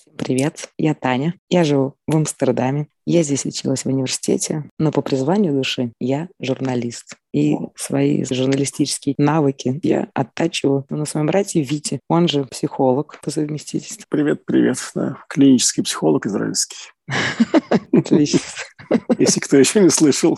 Всем привет, я Таня, я живу в Амстердаме. Я здесь училась в университете, но по призванию души я журналист. И свои журналистические навыки я оттачиваю на своем брате Вите, он же психолог по совместительству. Привет, привет. Да, клинический психолог израильский. Отлично. Если кто еще не слышал,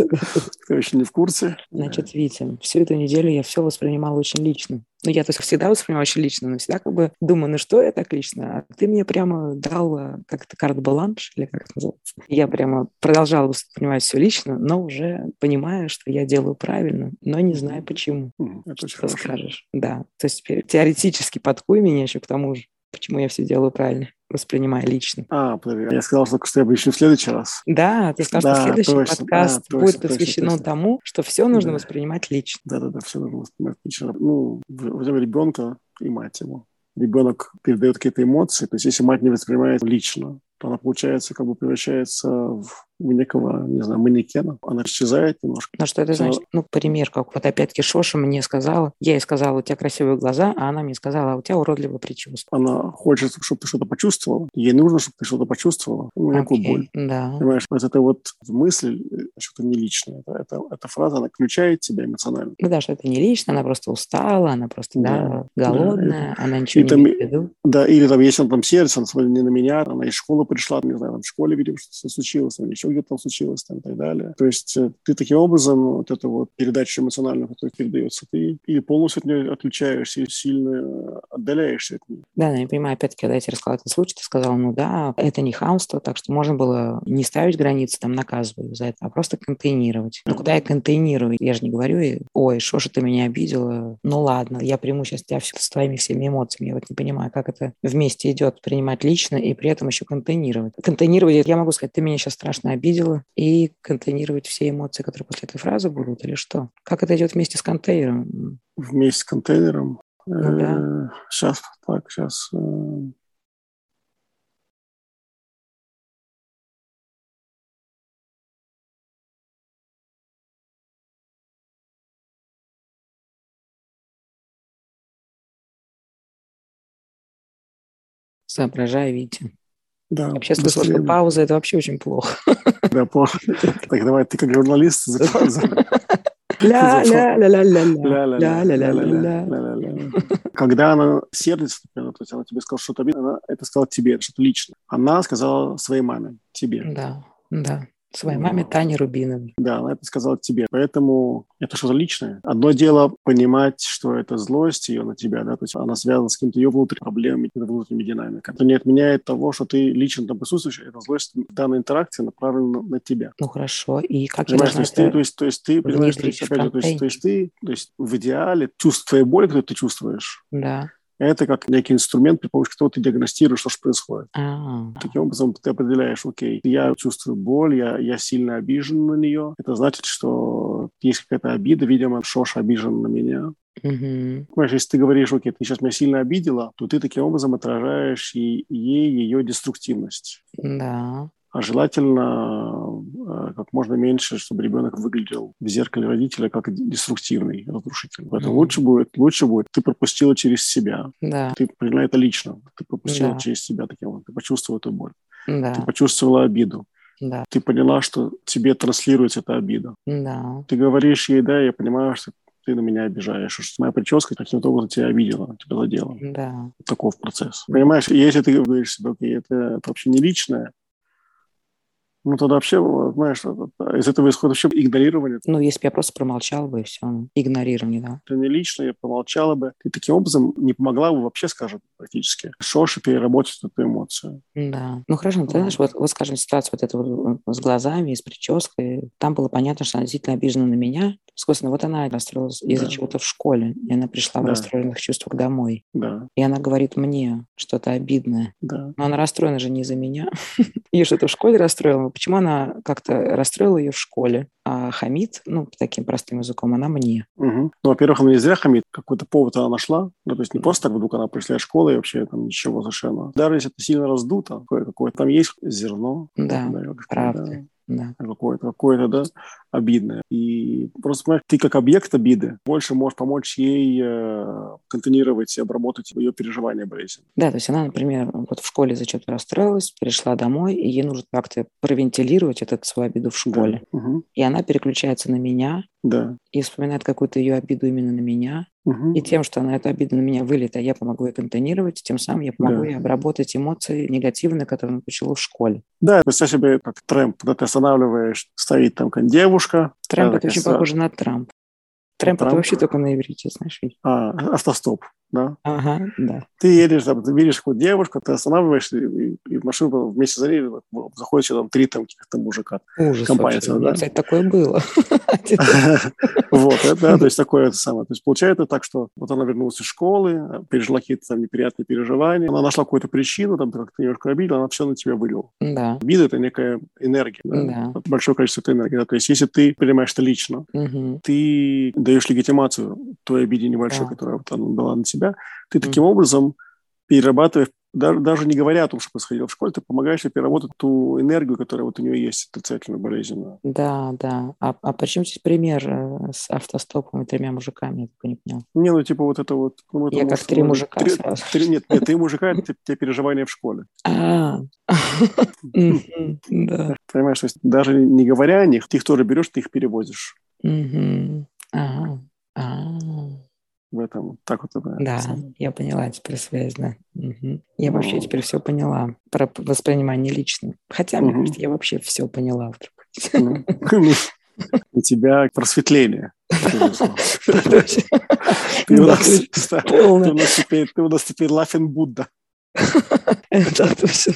кто еще не в курсе. Значит, Витя, всю эту неделю я все воспринимала очень лично. Ну, я, то есть, всегда воспринимаю очень лично, но всегда как бы думаю, ну что я так лично? А ты мне прямо дал, как это, карт-бланш, или как это называется? Я прямо продолжала воспринимать все лично, но уже понимаю, что я делаю правильно, но не знаю почему. Это очень Что хорошо. скажешь? Да, то есть теперь теоретически подкуй меня еще к тому же, почему я все делаю правильно, воспринимая лично. Подожди, я сказал, что я обычно в следующий раз. Да, ты сказал, что следующий подкаст будет посвящен тому, что все нужно воспринимать лично. Да, все нужно воспринимать лично. Ну, возьмем ребенка и мать его. Ребенок передает какие-то эмоции, то есть если мать не воспринимает лично, то она, получается, как бы превращается в некого, не знаю, манекена. Она исчезает немножко. Ну, что это значит? Ну, пример, как вот опять-таки Шоша мне сказала, я ей сказала, у тебя красивые глаза, а она мне сказала, у тебя уродливое прическа. Она хочет, чтобы ты что-то почувствовала. Ей нужно, чтобы ты что-то почувствовала. Некую боль. Да. Понимаешь, вот это вот мысль, что-то не личное. Эта фраза, она включает тебя эмоционально. Ну да, что это не лично, она просто устала, она просто, голодная, она ничего не там, имеет в виду. Да, или там, если он там сердце, он смотрит не на меня, она из школы пришла, не знаю, там в школе, видимо, что-то случилось, или еще где-то там случилось, там, и так далее. То есть ты таким образом, вот эту вот передачу эмоциональную, которая передается, ты или полностью от нее отключаешься, или сильно отдаляешься от нее. Да, я понимаю, опять-таки, когда я тебе рассказала этот случай, ты сказала, ну да, это не хамство, так что можно было не ставить границы, там, наказывать за это, а просто контейнировать. Ну, куда я контейнирую? Я же не говорю, ой, Шоша, ты меня обидела, ну ладно, я приму сейчас тебя с твоими всеми эмоциями. Я вот не понимаю, как это вместе идет, принимать лично и при этом еще контейнировать. Контейнировать, я могу сказать, ты меня сейчас страшно обидела, и контейнировать все эмоции, которые после этой фразы будут, или что? Как это идет вместе с контейнером? Вместе с контейнером? Ну да. Сейчас. Соображай, Витя. Да, я вообще слышала, что пауза – это вообще очень плохо. Да, плохо. Так, давай, ты как журналист Когда она сердится, например, то есть она тебе сказала что-то обидное, она это сказала тебе, это что-то личное. Она сказала своей маме, тебе. Да. Своей маме Тане Рубиновой. Да, она это сказала тебе. Поэтому это что-то личное. Одно дело понимать, что это злость ее на тебя, да, то есть она связана с какими-то ее внутренними проблемами, внутренними динамиками. Это не отменяет того, что ты лично там присутствуешь, эта злость в данной интеракции направлена на тебя. Ну хорошо, и как я должна это то есть ты понимаешь, то есть в идеале чувство твоей боли, которую ты чувствуешь, да. Это как некий инструмент, при помощи которого ты диагностируешь, что же происходит. Таким образом, ты определяешь, окей, я чувствую боль, я сильно обижен на нее. Это значит, что есть какая-то обида, видимо, Шоша обижен на меня. Понимаешь, если ты говоришь, окей, ты сейчас меня сильно обидела, то ты таким образом отражаешь ей ее деструктивность. Да. А желательно как можно меньше, чтобы ребенок выглядел в зеркале родителя как деструктивный, разрушительный. Поэтому лучше будет, ты пропустила через себя. Да. Ты приняла это лично. Ты пропустила через себя таким образом. Ты почувствовала эту боль. Да. Ты почувствовала обиду. Да. Ты поняла, что тебе транслируется эта обида. Да. Ты говоришь ей, да, я понимаю, что ты на меня обижаешь, что моя прическа каким-то образом тебя обидела, тебя задела. Да. Таков процесс. Понимаешь, если ты говоришь себе, окей, это вообще не личное, ну, тогда вообще, знаешь, из этого исходит вообще игнорирование. Ну, если бы я просто промолчала бы, и все, игнорирование, да. Это не лично, я промолчала бы. Ты таким образом не помогла бы вообще, скажем, практически. Шоша переработать эту эмоцию. Да. Ну, хорошо, ты знаешь, вот, скажем, ситуация вот эта вот с глазами и с прической, там было понятно, что она действительно обижена на меня. Собственно, вот она расстроилась из-за чего-то в школе, и она пришла в расстроенных чувствах домой. Да. И она говорит мне что-то обидное. Да. Но она расстроена же не из-за меня. Ее что-то в школе расстроило. Почему она как-то расстроила ее в школе, а хамит, ну, таким простым языком, она мне? Ну, во-первых, она не зря хамит. Какой-то повод она нашла. Ну, то есть не просто так вдруг она пришла из школы и вообще там ничего совершенно. Даже если это сильно раздуто, какое-то там есть зерно. Да, правда. Да. Какое-то, да. обидное. И просто, понимаешь, ты как объект обиды больше можешь помочь ей контейнировать и обработать ее переживания болезни. Да, то есть она, например, вот в школе за что-то расстроилась, пришла домой, и ей нужно как-то провентилировать эту свою обиду в школе. Да. Угу. И она переключается на меня, да. И вспоминает какую-то ее обиду именно на меня. Угу. И тем, что она эту обиду на меня вылит, а я помогу ей контейнировать, тем самым я помогу ей обработать эмоции негативные, которые она получила в школе. Да, представь себе как трэмп, когда ты останавливаешь, стоит там какая-то девушка. Трэмп – это очень похоже на Трамп. Трэмп – это вообще только на иврите, знаешь. Автостоп, да? Ага, да. Ты едешь, там, ты видишь какую-то девушку, ты останавливаешься, и в машину вместе за ней заходит там 3 каких-то мужика. Ужас вообще. Да? Кстати, такое было. Вот, да, то есть такое это самое. То есть получается так, что вот она вернулась из школы, пережила какие-то там неприятные переживания, она нашла какую-то причину, там, ты как-то немножко обидела, она все на тебя вылила. Да. Обида – это некая энергия, да? Большое количество этой энергии. Да? То есть если ты принимаешь это лично, ты даешь легитимацию той обиде небольшой, которая вот, она была на тебя, ты таким образом, перерабатывая, даже не говоря о том, что происходило в школе, ты помогаешь ей переработать ту энергию, которая вот у нее есть, отрицательно болезненную. Да, да. А почему здесь пример с автостопом и 3 мужиками? Я только не понял. Не, ну типа вот это вот... Ну, это я как 3 мужика сразу. Нет, 3 мужика – это те переживания в школе. Да. Понимаешь, то есть даже не говоря о них, ты их тоже берешь, ты их перевозишь. Ага. В этом так вот это. Да, я поняла теперь связь, да. Я вообще теперь все поняла про воспринимание лично. Хотя, мне кажется, я вообще все поняла вдруг. У тебя просветление. Ты у нас теперь Laughing Будда. Да, точно.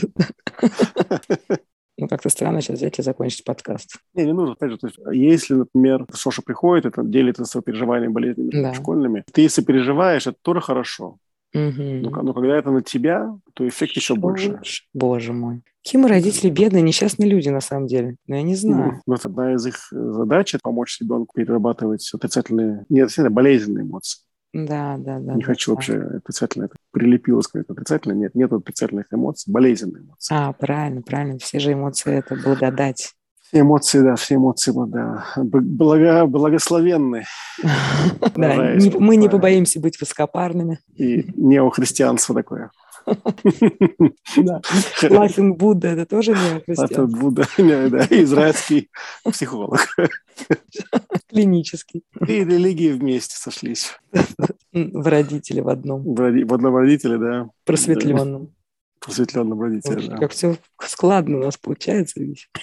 Ну, как-то странно сейчас взять и закончить подкаст. Не нужно. Опять же, то есть, если, например, Соша приходит, это делится своими переживаниями, болезнями школьными, ты если переживаешь, это тоже хорошо. Но когда это на тебя, то эффект еще больше. Боже мой. Какие мы родители бедные, несчастные люди на самом деле. Но я не знаю. Вот одна из их задач – это помочь ребенку перерабатывать отрицательные, не отрицательные, болезненные эмоции. Да. Не хочу вообще отрицательно это прилепилось какое-то отрицательное. Нет отрицательных эмоций, болезненные эмоции. Правильно. Все же эмоции – это благодать. Все эмоции, да. Благословенны. Да, мы не побоимся быть высокопарными. И неохристианство такое. Laughing Будда – это тоже неохристианство. Это Будда, да, израильский психолог. Клинический. И религии вместе сошлись. В родителе в одном. В одном родителе, да. Просветленном. Просветленном родителе, да. Как все складно у нас получается.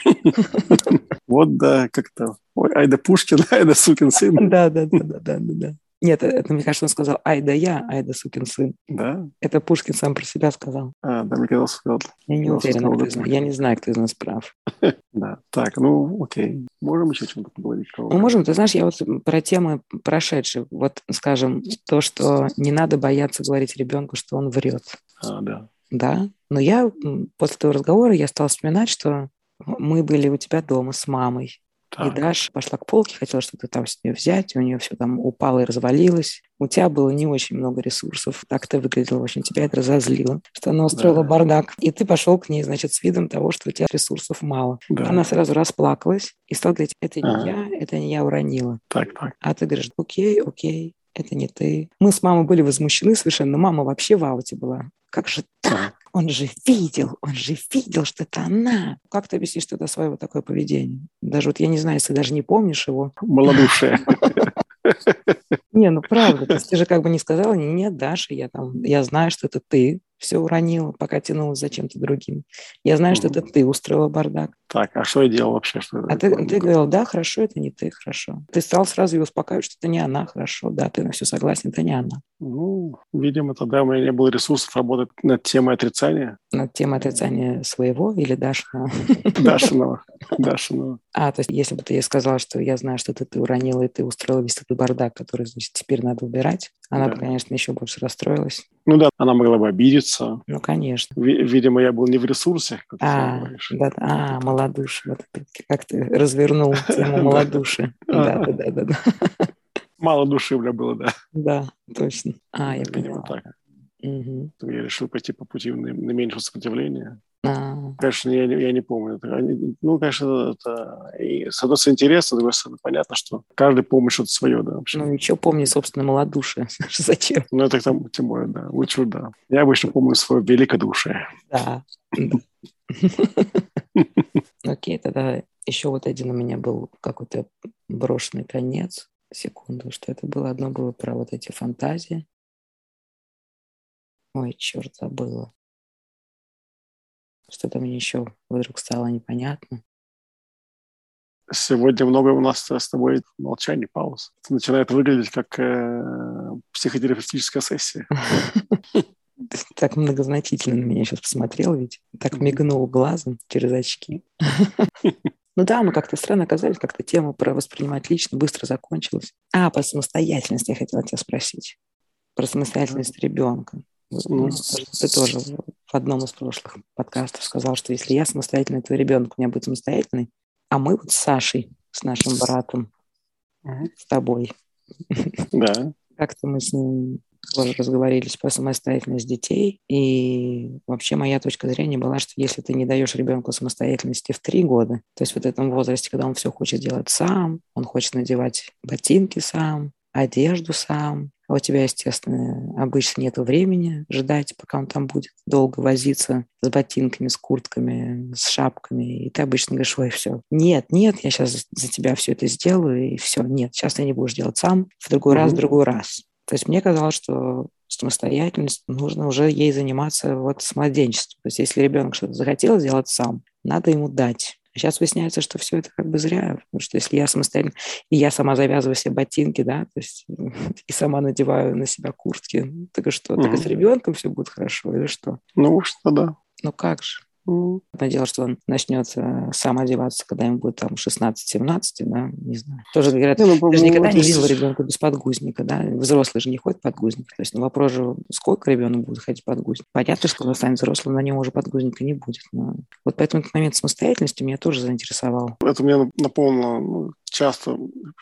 Вот, да, как-то. Ой, ай да Пушкин, ай да сукин сын. Да. Нет, это, мне кажется, он сказал ай да сукин сын. Да? Это Пушкин сам про себя сказал. Да, мне казалось, сказал. Я не уверена, кто из нас. Я не знаю, кто из нас прав. Да, так, окей. Можем еще чем-то поговорить? Мы можем, ты знаешь, я вот про темы прошедшие. Вот, скажем, то, что не надо бояться говорить ребенку, что он врет. Да. Да, но я после того разговора я стала вспоминать, что мы были у тебя дома с мамой. Так. И Даша пошла к полке, хотела что-то там с нее взять, у нее все там упало и развалилось. У тебя было не очень много ресурсов, так ты выглядела, в общем, тебя это разозлило, что она устроила бардак. И ты пошел к ней, значит, с видом того, что у тебя ресурсов мало. Да. Она сразу расплакалась и стала говорить, это не я уронила. Так. А ты говоришь, окей, это не ты. Мы с мамой были возмущены совершенно, мама вообще в ауте была. Как же так? Он же видел, что это она. Как ты объяснишь тогда свое такое поведение? Даже вот я не знаю, если даже не помнишь его. Малодушие. Не, ну правда, то есть ты же как бы не сказала, нет, Даша, я знаю, что это ты все уронила, пока тянулась за чем-то другим. Я знаю, что это ты устроила бардак. Так, а что я делал вообще? Ты говорил, да, хорошо, это не ты, хорошо. Ты стал сразу ее успокаивать, что это не она, хорошо, да, ты на все согласен, это не она. Ну, видимо, тогда у меня не было ресурсов работать над темой отрицания. Над темой отрицания своего или Дашиного? Дашиного. То есть если бы ты ей сказала, что я знаю, что ты уронила, и ты устроила весь этот бардак, который, значит, теперь надо убирать, она бы, конечно, еще больше расстроилась. Ну да, она могла бы обидеться. Ну, конечно. Видимо, я был не в ресурсе, как ты говоришь. Да, малодушие. Как ты развернул тему малодушия. Да. Мало души у меня было, да. Да, точно. Я поняла. Так. Я решил пойти по пути наименьшего сопротивления. Конечно, я не помню. Ну, конечно, это с одной стороны интересно, с другой стороны понятно, что каждый помнит что-то свое, да, вообще. Ну, еще помни собственное малодушие. Зачем? Ну, это там, тем более, да. Лучше, да. Я обычно помню свое великодушие. Да. Окей, тогда еще вот один у меня был какой-то брошенный конец. Секунду, что это было? Одно было про вот эти фантазии. Ой, черт, забыла. Что-то мне еще вдруг стало непонятно. Сегодня много у нас с тобой молчаний, пауз. Это начинает выглядеть как психотерапевтическая сессия. Так многозначительно на меня сейчас посмотрел, ведь так мигнул глазом через очки. Ну да, мы как-то странно оказались, как-то тема про воспринимать лично быстро закончилась. Про самостоятельность я хотела тебя спросить. Про самостоятельность ребенка. Ты тоже в одном из прошлых подкастов сказал, что если я самостоятельный, твой ребенок у меня будет самостоятельный, а мы вот с Сашей, с нашим братом, с тобой. Да. Как-то мы с ним тоже разговорились про самостоятельность детей, и вообще моя точка зрения была, что если ты не даешь ребенку самостоятельности в 3 года, то есть в этом возрасте, когда он все хочет делать сам, он хочет надевать ботинки сам, одежду сам, а у тебя, естественно, обычно нет времени ждать, пока он там будет долго возиться с ботинками, с куртками, с шапками, и ты обычно говоришь: ой, все, нет, я сейчас за тебя все это сделаю, и все, нет, сейчас ты не будешь делать сам, в другой раз. То есть мне казалось, что самостоятельность нужно уже ей заниматься вот с младенчества. То есть если ребенок что-то захотел сделать сам, надо ему дать. А сейчас выясняется, что все это как бы зря, потому что если я самостоятельно, и я сама завязываю себе ботинки, да, то есть и сама надеваю на себя куртки, так и что? Так и с ребенком все будет хорошо или что? Ну, что да. Ну как же? Одно дело, что он начнет сам одеваться, когда ему будет там 16-17, да, не знаю. Тоже говорят, я же никогда не видел ребенка без подгузника, да, взрослый же не ходит в подгузник. То есть вопрос же, сколько ребенок будет ходить в подгузник. Понятно, что он станет взрослым, на нем уже подгузника не будет. Но вот поэтому этот момент самостоятельности меня тоже заинтересовал. Это меня напомнило, часто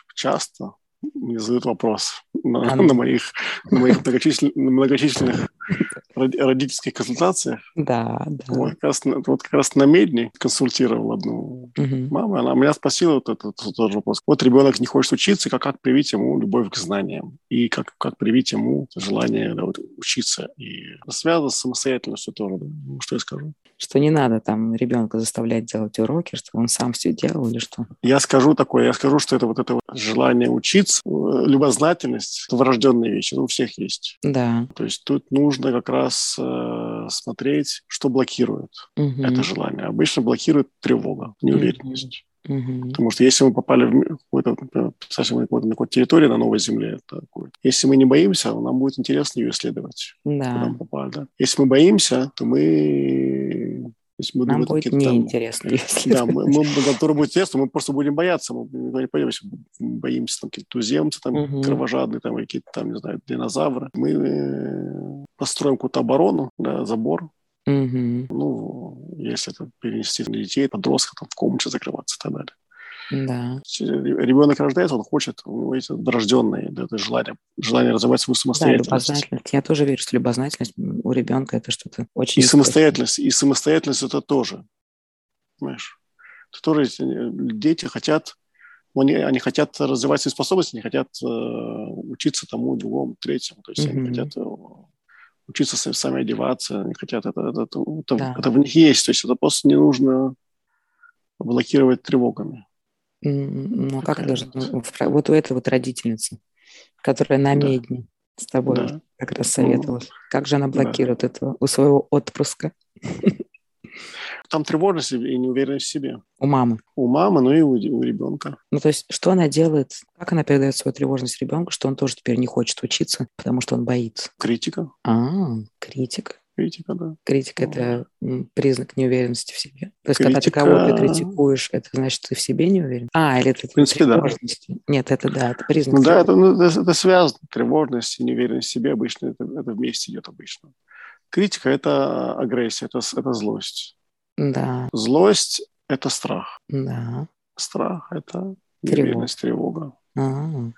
мне задают вопрос на моих многочисленных родительских консультациях. Да. Вот как раз на Медне консультировал одну маму. Она меня спросила вот этот тоже вопрос. Вот ребенок не хочет учиться, как привить ему любовь к знаниям? И как привить ему желание учиться? И связано с самостоятельностью тоже. Да? Ну, что я скажу? Что не надо там ребенка заставлять делать уроки, что он сам все делал или что? Я скажу, что это вот желание учиться, любознательность, это врожденные вещи, у всех есть. Да. То есть тут нужно как раз смотреть, что блокирует это желание. Обычно блокирует тревога, неуверенность. Потому что если мы попали в какую-то территорию на новой земле, если мы не боимся, нам будет интересно ее исследовать. Да. Куда мы попали, да? Если мы боимся, то нам будет неинтересно. Да, который будет интересно, мы просто будем бояться. Мы не пойдем, если мы боимся каких-то туземцев, кровожадные, какие-то не знаю, динозавры. Мы построим какую-то оборону, да, забор. Ну, если это перенести на детей, подростков, в комнате закрываться и так далее. Да. Ребенок рождается, он хочет, у него есть врожденное это желание развивать свою самостоятельность. Да, любознательность. Я тоже верю, что любознательность у ребенка это что-то очень... И самостоятельность это тоже. Понимаешь? Это тоже дети хотят, они хотят развивать свои способности, они хотят учиться тому, другому, третьему. То есть они хотят учиться сами одеваться, они хотят это в них есть. То есть это просто не нужно блокировать тревогами. Ну, как даже... Вот у этой вот родительницы, которая на Медне с тобой как раз советовалась. Как же она блокирует это у своего отпрыска? Там тревожность и неуверенность в себе. У мамы. У мамы, но и у ребенка. Ну, то есть, что она делает? Как она передает свою тревожность ребенку, что он тоже теперь не хочет учиться, потому что он боится? Критика. Критика. Критика, да. Критика – это признак неуверенности в себе. То есть, когда ты кого-то критикуешь, это значит, ты в себе не уверен? Или это в принципе, тревожность? Да. Нет, это признак это связано. Тревожность и неуверенность в себе обычно, это вместе идет обычно. Критика – это агрессия, это злость. Да. Злость – это страх. Да. Страх – это неуверенность, тревога.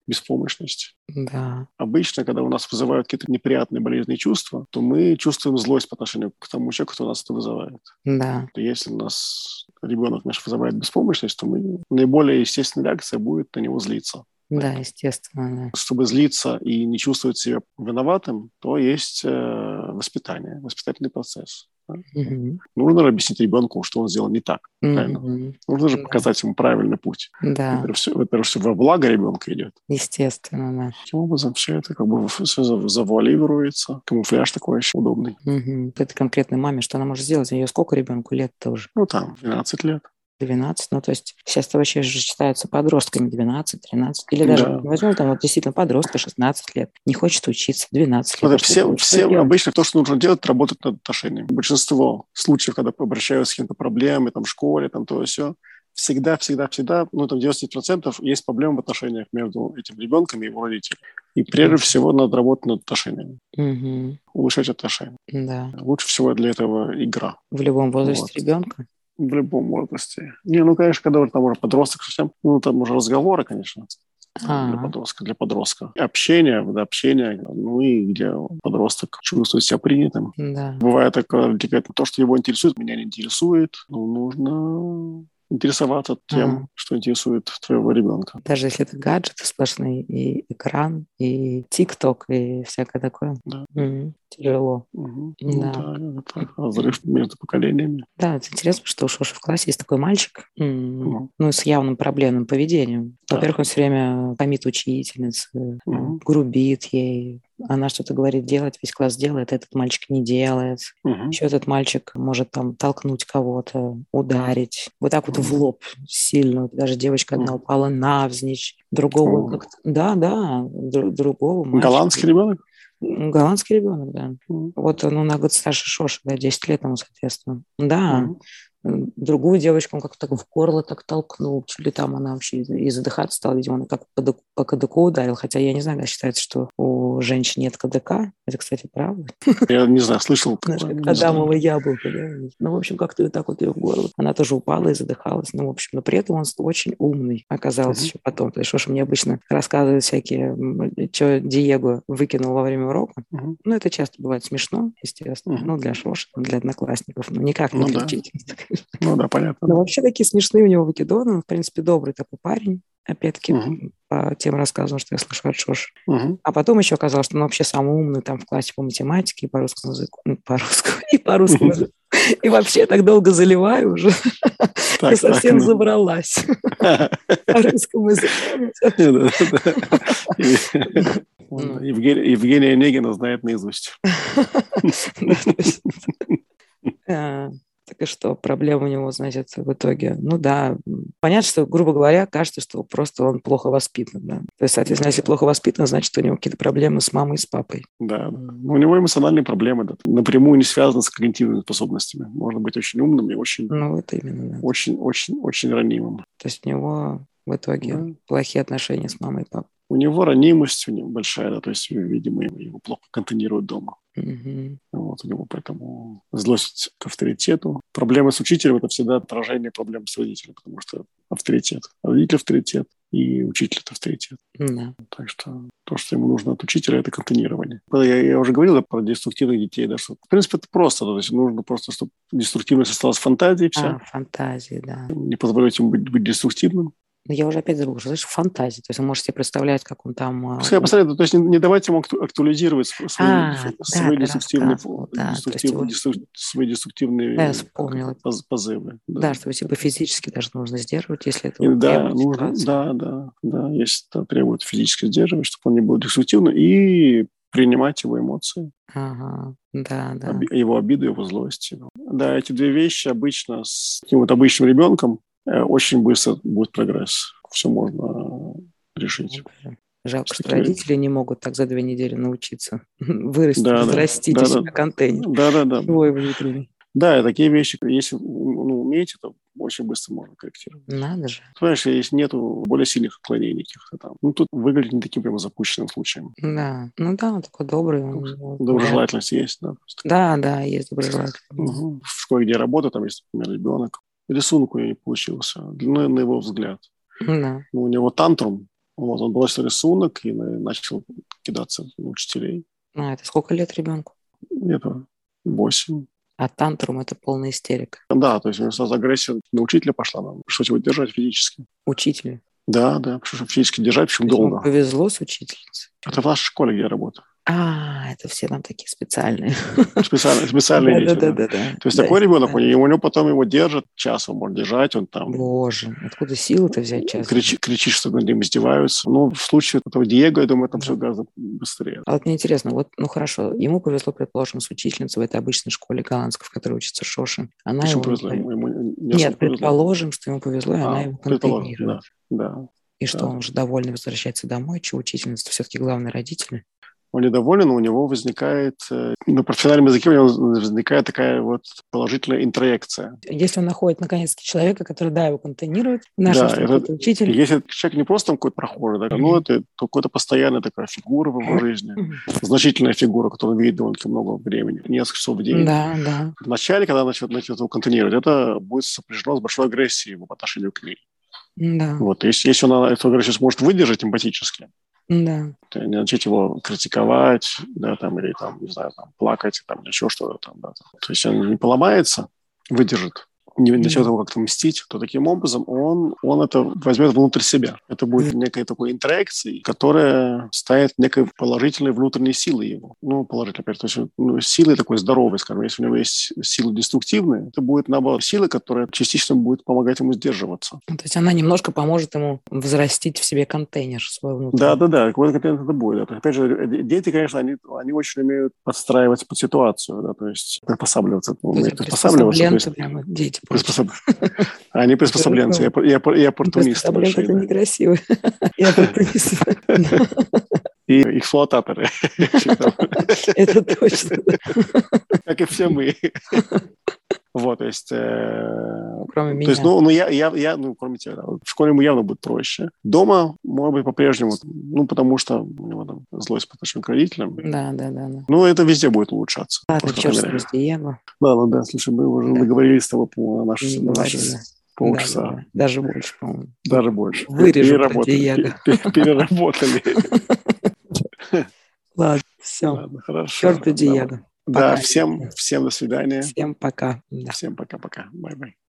беспомощность. Да. Обычно, когда у нас вызывают какие-то неприятные болезненные чувства, то мы чувствуем злость по отношению к тому человеку, кто нас это вызывает. Да. Если у нас ребенок наш вызывает беспомощность, то мы наиболее естественная реакция будет на него злиться. Да, естественно. Да. Чтобы злиться и не чувствовать себя виноватым, то есть воспитание, воспитательный процесс. Да? Угу. Нужно же объяснить ребенку, что он сделал не так. Правильно? Нужно же показать ему правильный путь. Да. Это все во благо ребенка идет. Естественно, да. Таким образом, все это как бы все завуалируется. Камуфляж такой очень удобный. Угу. Этой конкретной маме, что она может сделать? У нее сколько ребенку лет-то уже? Ну, там, 12 лет. 12, ну, то есть сейчас это вообще же считаются подростками 12, 13, или даже возьмем там вот действительно подростка 16 лет, не хочет учиться, 12 лет. Всем обычно то, что нужно делать, работать над отношениями. Большинство случаев, когда обращаются с какими-то проблемами, там, в школе, там, то и все, всегда, ну, там, 90% есть проблемы в отношениях между этим ребенком и его родителями. И прежде всего надо работать над отношениями. Улучшать отношения. Да. Лучше всего для этого игра. В любом возрасте ребенка? В любом возрасте. Не, ну, конечно, когда там уже подросток совсем, ну, там уже разговоры, конечно, для подростка. Общение, ну, и где подросток чувствует себя принятым. Да. Бывает такое, то, что его интересует, меня не интересует. Ну, нужно интересоваться тем, что интересует твоего ребенка. Даже если это гаджеты сплошные, и экран, и ТикТок, и всякое такое. Да. Тяжело. Да. Это разрыв между поколениями. Да, это интересно, что у Шоши в классе есть такой мальчик, ну, с явным проблемным поведением. Во-первых, он все время хамит учительнице, грубит ей. Она что-то говорит делать, весь класс делает, этот мальчик не делает. Еще этот мальчик может там толкнуть кого-то, ударить. Вот так вот в лоб сильно. Даже девочка одна упала навзничь. Другого как-то... Да, другого мальчика. Голландский ребенок? Голландский ребенок, да. Вот он на год старше Шоши, да, 10 лет ему, соответственно. Да. Другую девочку он как-то так в горло так толкнул, чуть ли там она вообще и задыхаться стала, видимо, она как по КДК ударил, хотя я не знаю, считается, что у женщин нет КДК, это, кстати, правда. Я не знаю, слышал. Адамово яблоко, да. Ну, в общем, как-то вот так вот ее в горло. Она тоже упала и задыхалась, ну, в общем, но при этом он очень умный оказался еще потом. То есть Шоша мне обычно рассказывает всякие, что Диего выкинул во время урока. Ну, это часто бывает смешно, естественно, ну, для Шоши, для одноклассников, но никак не для учительницы. Ну да, понятно. Но вообще такие смешные у него выкидоны. Он, в принципе, добрый такой парень. Опять-таки, по тем рассказам, что я слышу от Шоши. А потом еще оказалось, что он вообще самый умный там в классе по математике и по русскому языку. И по русскому языку. И вообще так долго заливаю уже. Совсем забралась. По русскому языку. Евгения Онегина знает наизусть. Так и что, проблема у него, значит, в итоге? Ну да, понятно, что, грубо говоря, кажется, что просто он плохо воспитан. Да? То есть, соответственно, если плохо воспитан, значит, у него какие-то проблемы с мамой и с папой. Да. У него эмоциональные проблемы, да, напрямую не связаны с когнитивными способностями. Можно быть очень умным и очень, ну, это именно, да. очень ранимым. То есть у него в итоге плохие отношения с мамой и папой. У него ранимость у него большая, да, то есть, видимо, его плохо контейнируют дома. Вот у него поэтому злость к авторитету. Проблемы с учителем – это всегда отражение проблем с родителем, потому что авторитет. Родитель – авторитет, и учитель – это авторитет. Так что то, что ему нужно от учителя – это контейнирование. Я уже говорил про деструктивных детей, да, что, в принципе, это просто. То есть нужно просто, чтобы деструктивность осталась в фантазии вся. Фантазии, да. Не позволять ему быть деструктивным. Но я уже опять забыла, что значит фантазия. То есть он может себе представлять, как он там... Пускай представляет, то есть не давать ему актуализировать свои деструктивные позывы. Да, что типа физически даже нужно сдерживать, если это требует ситуация. Да, если это требует физически сдерживать, чтобы он не был деструктивным, и принимать его эмоции. Его обиду, его злость. Да, эти две вещи обычно с таким вот обычным ребенком очень быстро будет прогресс. Все можно решить. Жалко, что родители не могут так за 2 недели научиться взрастить из себя контейнер. Свой внутренний. Да, такие вещи, если умеете, то очень быстро можно корректировать. Надо же. Понимаешь, если нету более сильных отклонений каких-то там, тут выглядит не таким прямо запущенным случаем. Да, он такой добрый. Доброжелательность есть, да? Да, есть доброжелательность. В школе, где я работаю, там есть, например, ребенок, рисунок у него не получился, на его взгляд. Да. У него тантрум, Вот, он бросил рисунок и начал кидаться в учителей. Это сколько лет ребенку? Где-то 8. А тантрум – это полная истерика. Да, то есть у него сразу агрессия на учителя пошла. Нам пришлось его держать физически. Учителя? Да, чтобы физически держать, причем долго. Ему повезло с учительницей? Это в нашей школе, где я работаю. Это все там такие специальные. Специальные дети. Да. То есть такой ребенок, у него потом его держат, час он может держать, он там... Боже, откуда силы-то взять час? Кричит, что над ним издеваются. Ну, в случае этого Диего, я думаю, там все гораздо быстрее. А вот мне интересно, хорошо, ему повезло, предположим, с учительницей в этой обычной школе голландской, в которой учится Шошин. Почему повезло? Нет, предположим, что ему повезло, и она его контейнирует. Да. И что, он уже довольный возвращается домой, что учительница все-таки главные родители? Он недоволен, у него возникает, на профессиональном языке у него возникает такая вот положительная интроекция. Если он находит, наконец-то, человека, который, его контейнирует, это учитель. Если человек не просто какой-то прохожий, это какая-то постоянная такая фигура в его жизни, значительная фигура, которую он видит довольно много времени, несколько часов в день. Да. Вначале, когда начнет его контейнировать, это будет сопряжено с большой агрессией по отношению к ней. Да. Вот, если он эту агрессию сможет выдержать эмпатически, да. Не начать его критиковать, или не знаю, плакать, или еще что-то там, То есть он не поломается, выдержит, не начнет его как-то мстить, то таким образом он это возьмет внутрь себя. Это будет некой такой интроекцией, которая станет некой положительной внутренней силой его. Положительной, опять, то есть силой такой здоровой, скажем. Если у него есть силы деструктивные, это будет, наоборот, сила, которая частично будет помогать ему сдерживаться. То есть она немножко поможет ему взрастить в себе контейнер свой внутренний. Да, какой-то контейнер это будет. Опять же, дети, конечно, они очень умеют подстраиваться под ситуацию, то есть приспосабливаться. Приспосабленцы прямо, дети. Они приспособленцы и оппортунисты. Приспособленцы – это некрасиво. И оппортунисты. И эксплуататоры. Это точно. Как и все мы. Вот, то есть... Кроме меня. Кроме тебя, да. В школе ему явно будет проще. Дома, может быть, по-прежнему, потому что у него там злость по отношению к родителям. Да. Это везде будет улучшаться. Ладно, черт с Диего. Ладно, слушай, мы уже договорились с тобой по наши полчаса. Да. Даже больше, по-моему. Даже больше. Вырежу про Диего. Переработали. Ладно, все. Ладно, хорошо. Черту Диего. Да, всем до свидания. Всем пока. Всем пока-пока. Бай-бай.